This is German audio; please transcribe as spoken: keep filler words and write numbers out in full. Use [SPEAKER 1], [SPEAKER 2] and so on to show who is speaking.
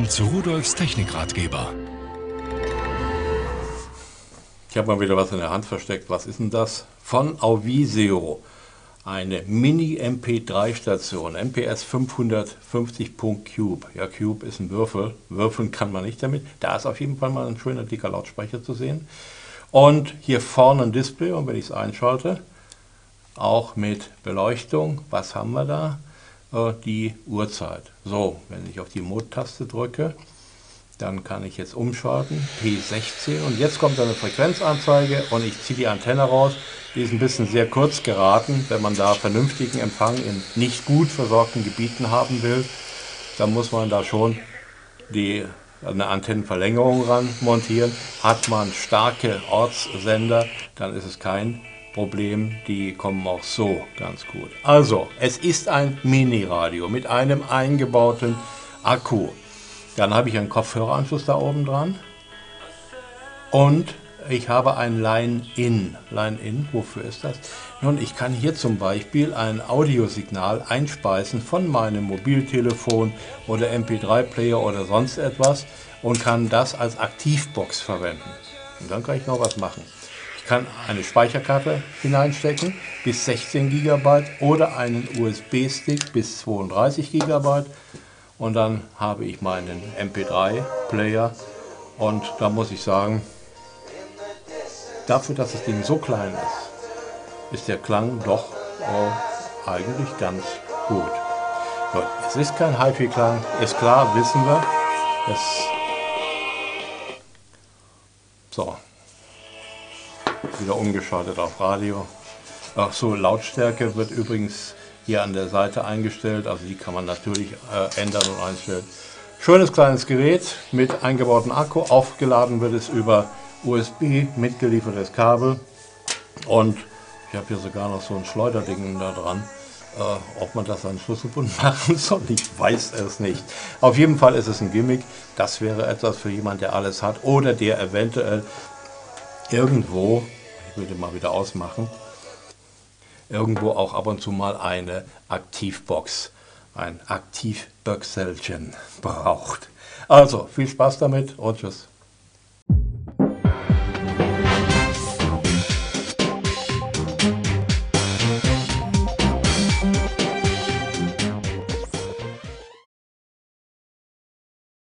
[SPEAKER 1] Willkommen zu Rudolfs Technikratgeber.
[SPEAKER 2] Ich habe mal wieder was in der Hand versteckt. Was ist denn das? Von Auviseo. Eine Mini-M P drei Station. M P S fünfhundertfünfzig Punkt Cube. Ja, Cube ist ein Würfel. Würfeln kann man nicht damit. Da ist auf jeden Fall mal ein schöner dicker Lautsprecher zu sehen. Und hier vorne ein Display. Und wenn ich es einschalte, auch mit Beleuchtung. Was haben wir da? Die Uhrzeit. So, wenn ich auf die Mode-Taste drücke, dann kann ich jetzt umschalten, P sechzehn, und jetzt kommt eine Frequenzanzeige und ich ziehe die Antenne raus. Die ist ein bisschen sehr kurz geraten. Wenn man da vernünftigen Empfang in nicht gut versorgten Gebieten haben will, dann muss man da schon die, eine Antennenverlängerung ran montieren. Hat man starke Ortssender, dann ist es kein Problem, die kommen auch so ganz gut. Also, es ist ein Mini-Radio mit einem eingebauten Akku. Dann habe ich einen Kopfhöreranschluss da oben dran und ich habe ein Line-In. Line-In, wofür ist das? Nun, ich kann hier zum Beispiel ein Audiosignal einspeisen von meinem Mobiltelefon oder M P drei Player oder sonst etwas und kann das als Aktivbox verwenden. Und dann kann ich noch was machen. Ich kann eine Speicherkarte hineinstecken bis sechzehn Gigabyte oder einen U S B-Stick bis zweiunddreißig Gigabyte und dann habe ich meinen M P drei Player und da muss ich sagen, dafür, dass das Ding so klein ist, ist der Klang doch äh, eigentlich ganz gut. Gut. Es ist kein HiFi-Klang, ist klar, wissen wir. Es so. Wieder umgeschaltet auf Radio. Ach so, Lautstärke wird übrigens hier an der Seite eingestellt, also die kann man natürlich äh, ändern und einstellen. Schönes kleines Gerät mit eingebautem Akku, aufgeladen wird es über U S B, mitgeliefertes Kabel und ich habe hier sogar noch so ein Schleuderding da dran. Äh, ob man das an Schlüsselbund machen soll, ich weiß es nicht. Auf jeden Fall ist es ein Gimmick, das wäre etwas für jemand, der alles hat oder der eventuell irgendwo, ich würde mal wieder ausmachen, irgendwo auch ab und zu mal eine Aktivbox, ein Aktivböxelchen braucht. Also, viel Spaß damit und tschüss.